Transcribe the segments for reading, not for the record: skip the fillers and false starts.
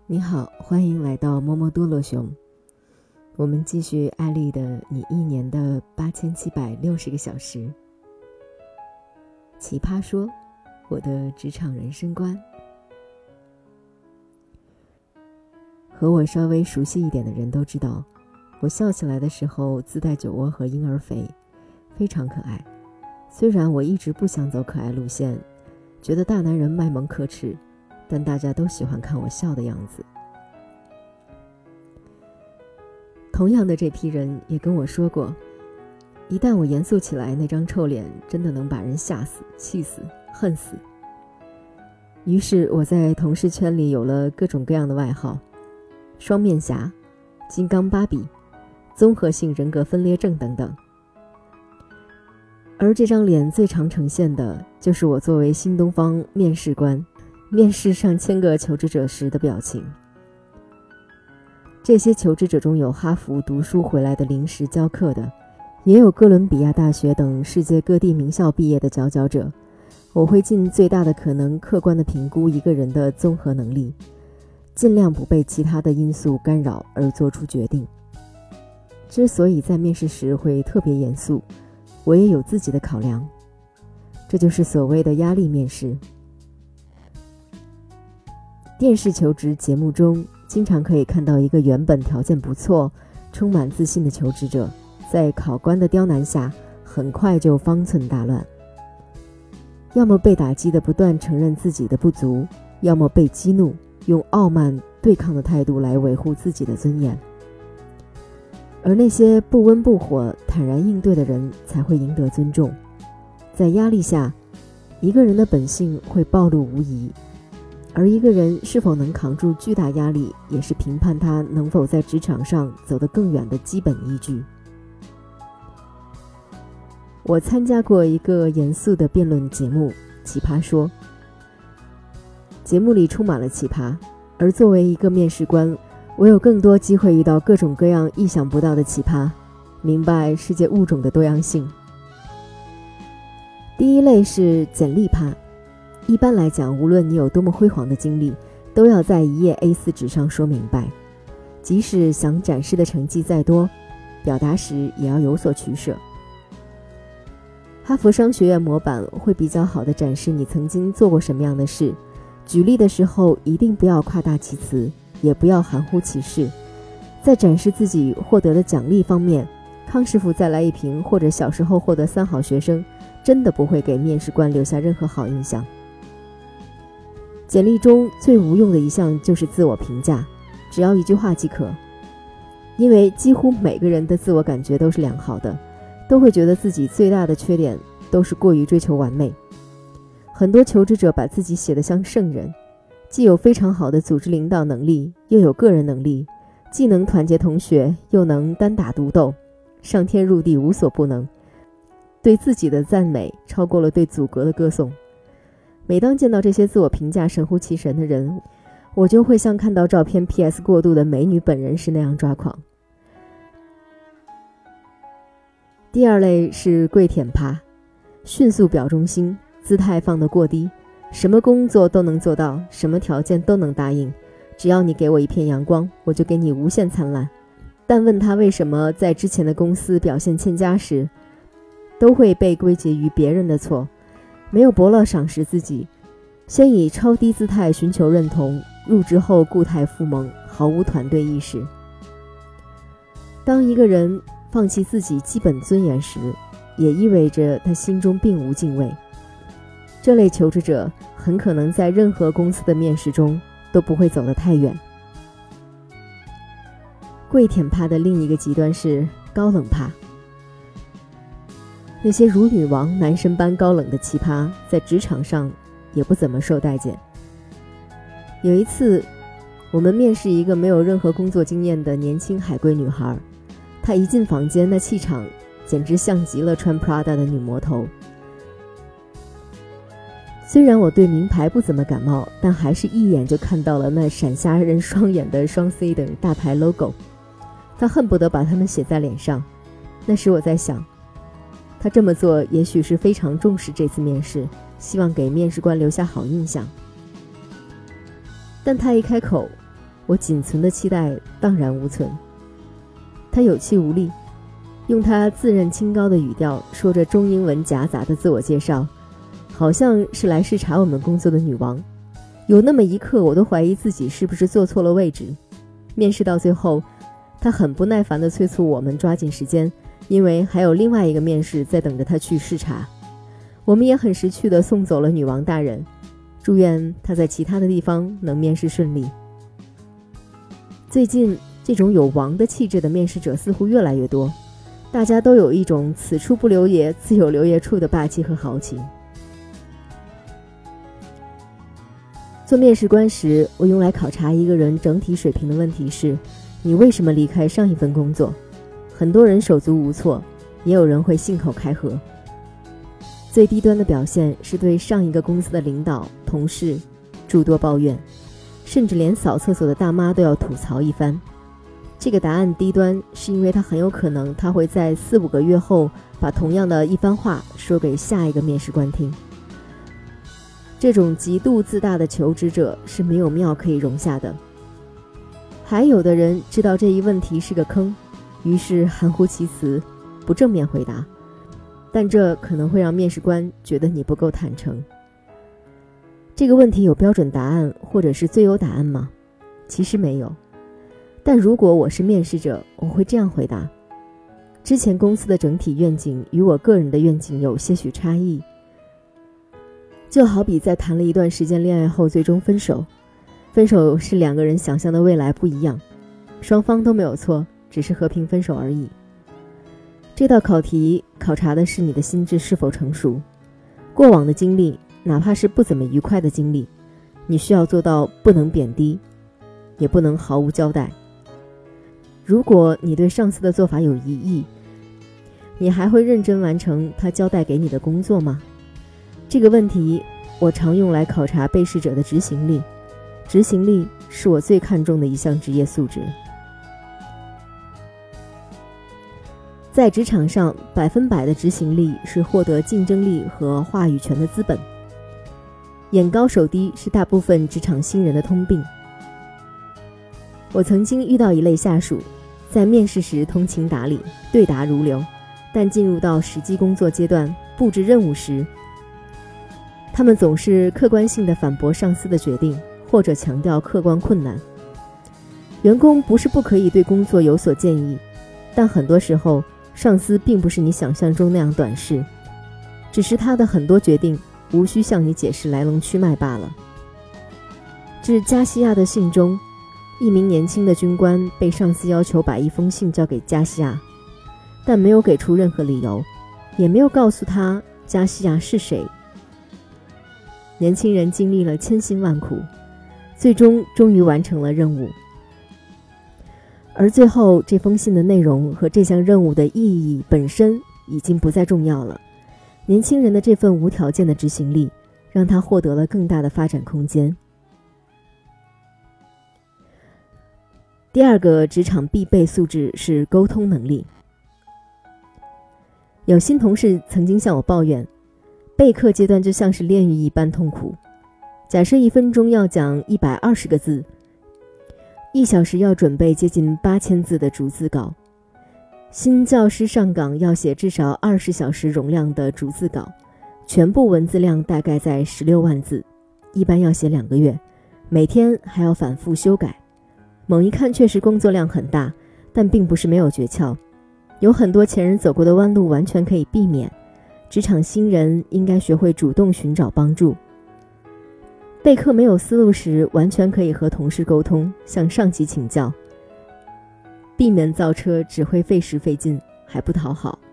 你好，欢迎来到摸摸多罗熊。我们继续艾丽的你一年的8760个小时。奇葩说，我的职场人生观。和我稍微熟悉一点的人都知道，我笑起来的时候自带酒窝和婴儿肥，非常可爱。虽然我一直不想走可爱路线，觉得大男人卖萌可耻，但大家都喜欢看我笑的样子。同样的这批人也跟我说过，一旦我严肃起来，那张臭脸真的能把人吓死、气死、恨死。于是我在同事圈里有了各种各样的外号：双面侠、金刚芭比、综合性人格分裂症等等。而这张脸最常呈现的就是我作为新东方面试官面试上千个求职者时的表情。这些求职者中有哈佛读书回来的临时教课的，也有哥伦比亚大学等世界各地名校毕业的佼佼者。我会尽最大的可能客观地评估一个人的综合能力，尽量不被其他的因素干扰而做出决定。之所以在面试时会特别严肃，我也有自己的考量，这就是所谓的压力面试。电视求职节目中经常可以看到一个原本条件不错、充满自信的求职者，在考官的刁难下很快就方寸大乱，要么被打击的不断承认自己的不足，要么被激怒，用傲慢对抗的态度来维护自己的尊严。而那些不温不火、坦然应对的人才会赢得尊重。在压力下，一个人的本性会暴露无遗，而一个人是否能扛住巨大压力，也是评判他能否在职场上走得更远的基本依据。我参加过一个严肃的辩论节目《奇葩说》，节目里充满了奇葩，而作为一个面试官，我有更多机会遇到各种各样意想不到的奇葩，明白世界物种的多样性。第一类是简历趴。一般来讲，无论你有多么辉煌的经历，都要在一页 A4 纸上说明白。即使想展示的成绩再多，表达时也要有所取舍。哈佛商学院模板会比较好地展示你曾经做过什么样的事，举例的时候一定不要夸大其词，也不要含糊其事。在展示自己获得的奖励方面，康师傅再来一瓶或者小时候获得3好学生，真的不会给面试官留下任何好印象。简历中最无用的一项就是自我评价，只要一句话即可。因为几乎每个人的自我感觉都是良好的，都会觉得自己最大的缺点都是过于追求完美。很多求职者把自己写得像圣人，既有非常好的组织领导能力，又有个人能力，既能团结同学，又能单打独斗，上天入地无所不能。对自己的赞美超过了对祖国的歌颂。每当见到这些自我评价神乎其神的人，我就会像看到照片 PS 过度的美女本人时那样抓狂。第二类是跪舔趴，迅速表忠心，姿态放得过低，什么工作都能做到，什么条件都能答应，只要你给我一片阳光，我就给你无限灿烂。但问他为什么在之前的公司表现欠佳时，都会被归结于别人的错，没有伯乐赏识自己，先以超低姿态寻求认同，入职后固态附萌，毫无团队意识。当一个人放弃自己基本尊严时，也意味着他心中并无敬畏。这类求职者很可能在任何公司的面试中都不会走得太远。跪舔趴的另一个极端是高冷趴。那些如女王男神般高冷的奇葩，在职场上也不怎么受待见。有一次，我们面试一个没有任何工作经验的年轻海归女孩，她一进房间，那气场简直像极了穿 Prada 的女魔头。虽然我对名牌不怎么感冒，但还是一眼就看到了那闪瞎人双眼的双 C 等大牌 logo， 她恨不得把它们写在脸上。那时我在想，他这么做也许是非常重视这次面试，希望给面试官留下好印象。但他一开口， 我仅存的期待荡然无存。他有气无力，用他自认清高的语调说着中英文夹杂的自我介绍，好像是来视察我们工作的女王。有那么一刻，我都怀疑自己是不是坐错了位置。面试到最后，他很不耐烦地催促我们抓紧时间，因为还有另外一个面试在等着他去视察。我们也很识趣地送走了女王大人，祝愿他在其他的地方能面试顺利。最近这种有王的气质的面试者似乎越来越多，大家都有一种此处不留爷，自有留爷处的霸气和豪情。做面试官时，我用来考察一个人整体水平的问题是：你为什么离开上一份工作？很多人手足无措，也有人会信口开河。最低端的表现是对上一个公司的领导、同事诸多抱怨，甚至连扫厕所的大妈都要吐槽一番。这个答案低端，是因为他很有可能他会在4-5个月后把同样的一番话说给下一个面试官听。这种极度自大的求职者是没有庙可以容下的。还有的人知道这一问题是个坑，于是含糊其辞，不正面回答，但这可能会让面试官觉得你不够坦诚。这个问题有标准答案或者是最优答案吗？其实没有。但如果我是面试者，我会这样回答：之前公司的整体愿景与我个人的愿景有些许差异，就好比在谈了一段时间恋爱后最终分手。分手是2个人想象的未来不一样，双方都没有错，只是和平分手而已。这道考题考察的是你的心智是否成熟。过往的经历，哪怕是不怎么愉快的经历，你需要做到不能贬低，也不能毫无交代。如果你对上司的做法有疑义，你还会认真完成他交代给你的工作吗？这个问题我常用来考察被试者的执行力。执行力是我最看重的一项职业素质。在职场上，100%的执行力是获得竞争力和话语权的资本。眼高手低是大部分职场新人的通病。我曾经遇到一类下属，在面试时通情达理，对答如流，但进入到实际工作阶段，布置任务时，他们总是客观性地反驳上司的决定，或者强调客观困难。员工不是不可以对工作有所建议，但很多时候上司并不是你想象中那样短视，只是他的很多决定无需向你解释来龙去脉罢了。致加西亚的信中，一名年轻的军官被上司要求把一封信交给加西亚，但没有给出任何理由，也没有告诉他加西亚是谁。年轻人经历了千辛万苦，终于完成了任务。而最后这封信的内容和这项任务的意义本身已经不再重要了。年轻人的这份无条件的执行力，让他获得了更大的发展空间。第2个职场必备素质是沟通能力。有新同事曾经向我抱怨，备课阶段就像是炼狱一般痛苦。假设1分钟要讲120个字，1小时要准备接近8000字的逐字稿。新教师上岗要写至少20小时容量的逐字稿，全部文字量大概在16万字，一般要写2个月，每天还要反复修改。猛一看确实工作量很大，但并不是没有诀窍，有很多前人走过的弯路完全可以避免。职场新人应该学会主动寻找帮助。备课没有思路时，完全可以和同事沟通，向上级请教，避免造车只会费时费劲，还不讨好。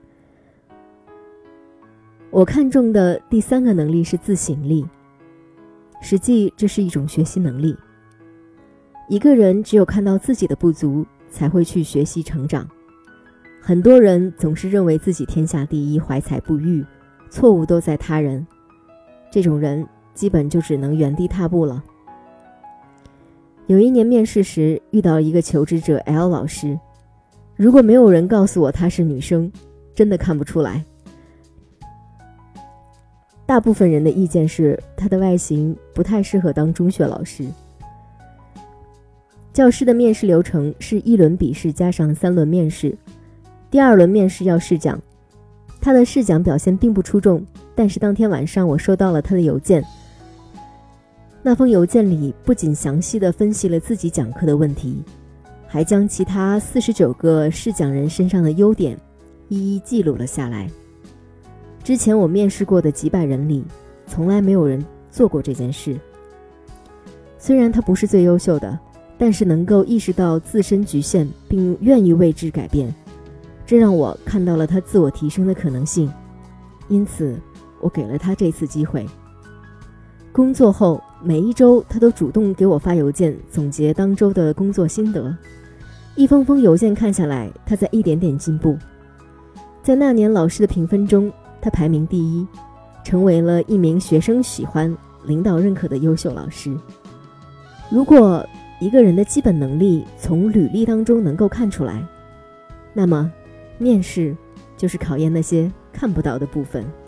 我看重的第3个能力是自省力，实际这是一种学习能力。一个人只有看到自己的不足，才会去学习成长。很多人总是认为自己天下第一，怀才不遇，错误都在他人，这种人基本就只能原地踏步了。有一年面试时遇到一个求职者 L 老师，如果没有人告诉我她是女生，真的看不出来。大部分人的意见是她的外形不太适合当中学老师。 教师的面试流程是1轮笔试加上3轮面试，第2轮面试要试讲。他的试讲表现并不出众，但是当天晚上我收到了他的邮件。那封邮件里不仅详细地分析了自己讲课的问题，还将其他49个试讲人身上的优点一一记录了下来。之前我面试过的几百人里，从来没有人做过这件事。虽然他不是最优秀的，但是能够意识到自身局限并愿意为之改变，这让我看到了他自我提升的可能性，因此我给了他这次机会。工作后每一周他都主动给我发邮件总结当周的工作心得，一封封邮件看下来，他在一点点进步。在那年老师的评分中，他排名第1，成为了一名学生喜欢、领导认可的优秀老师。如果一个人的基本能力从履历当中能够看出来，那么面试就是考验那些看不到的部分。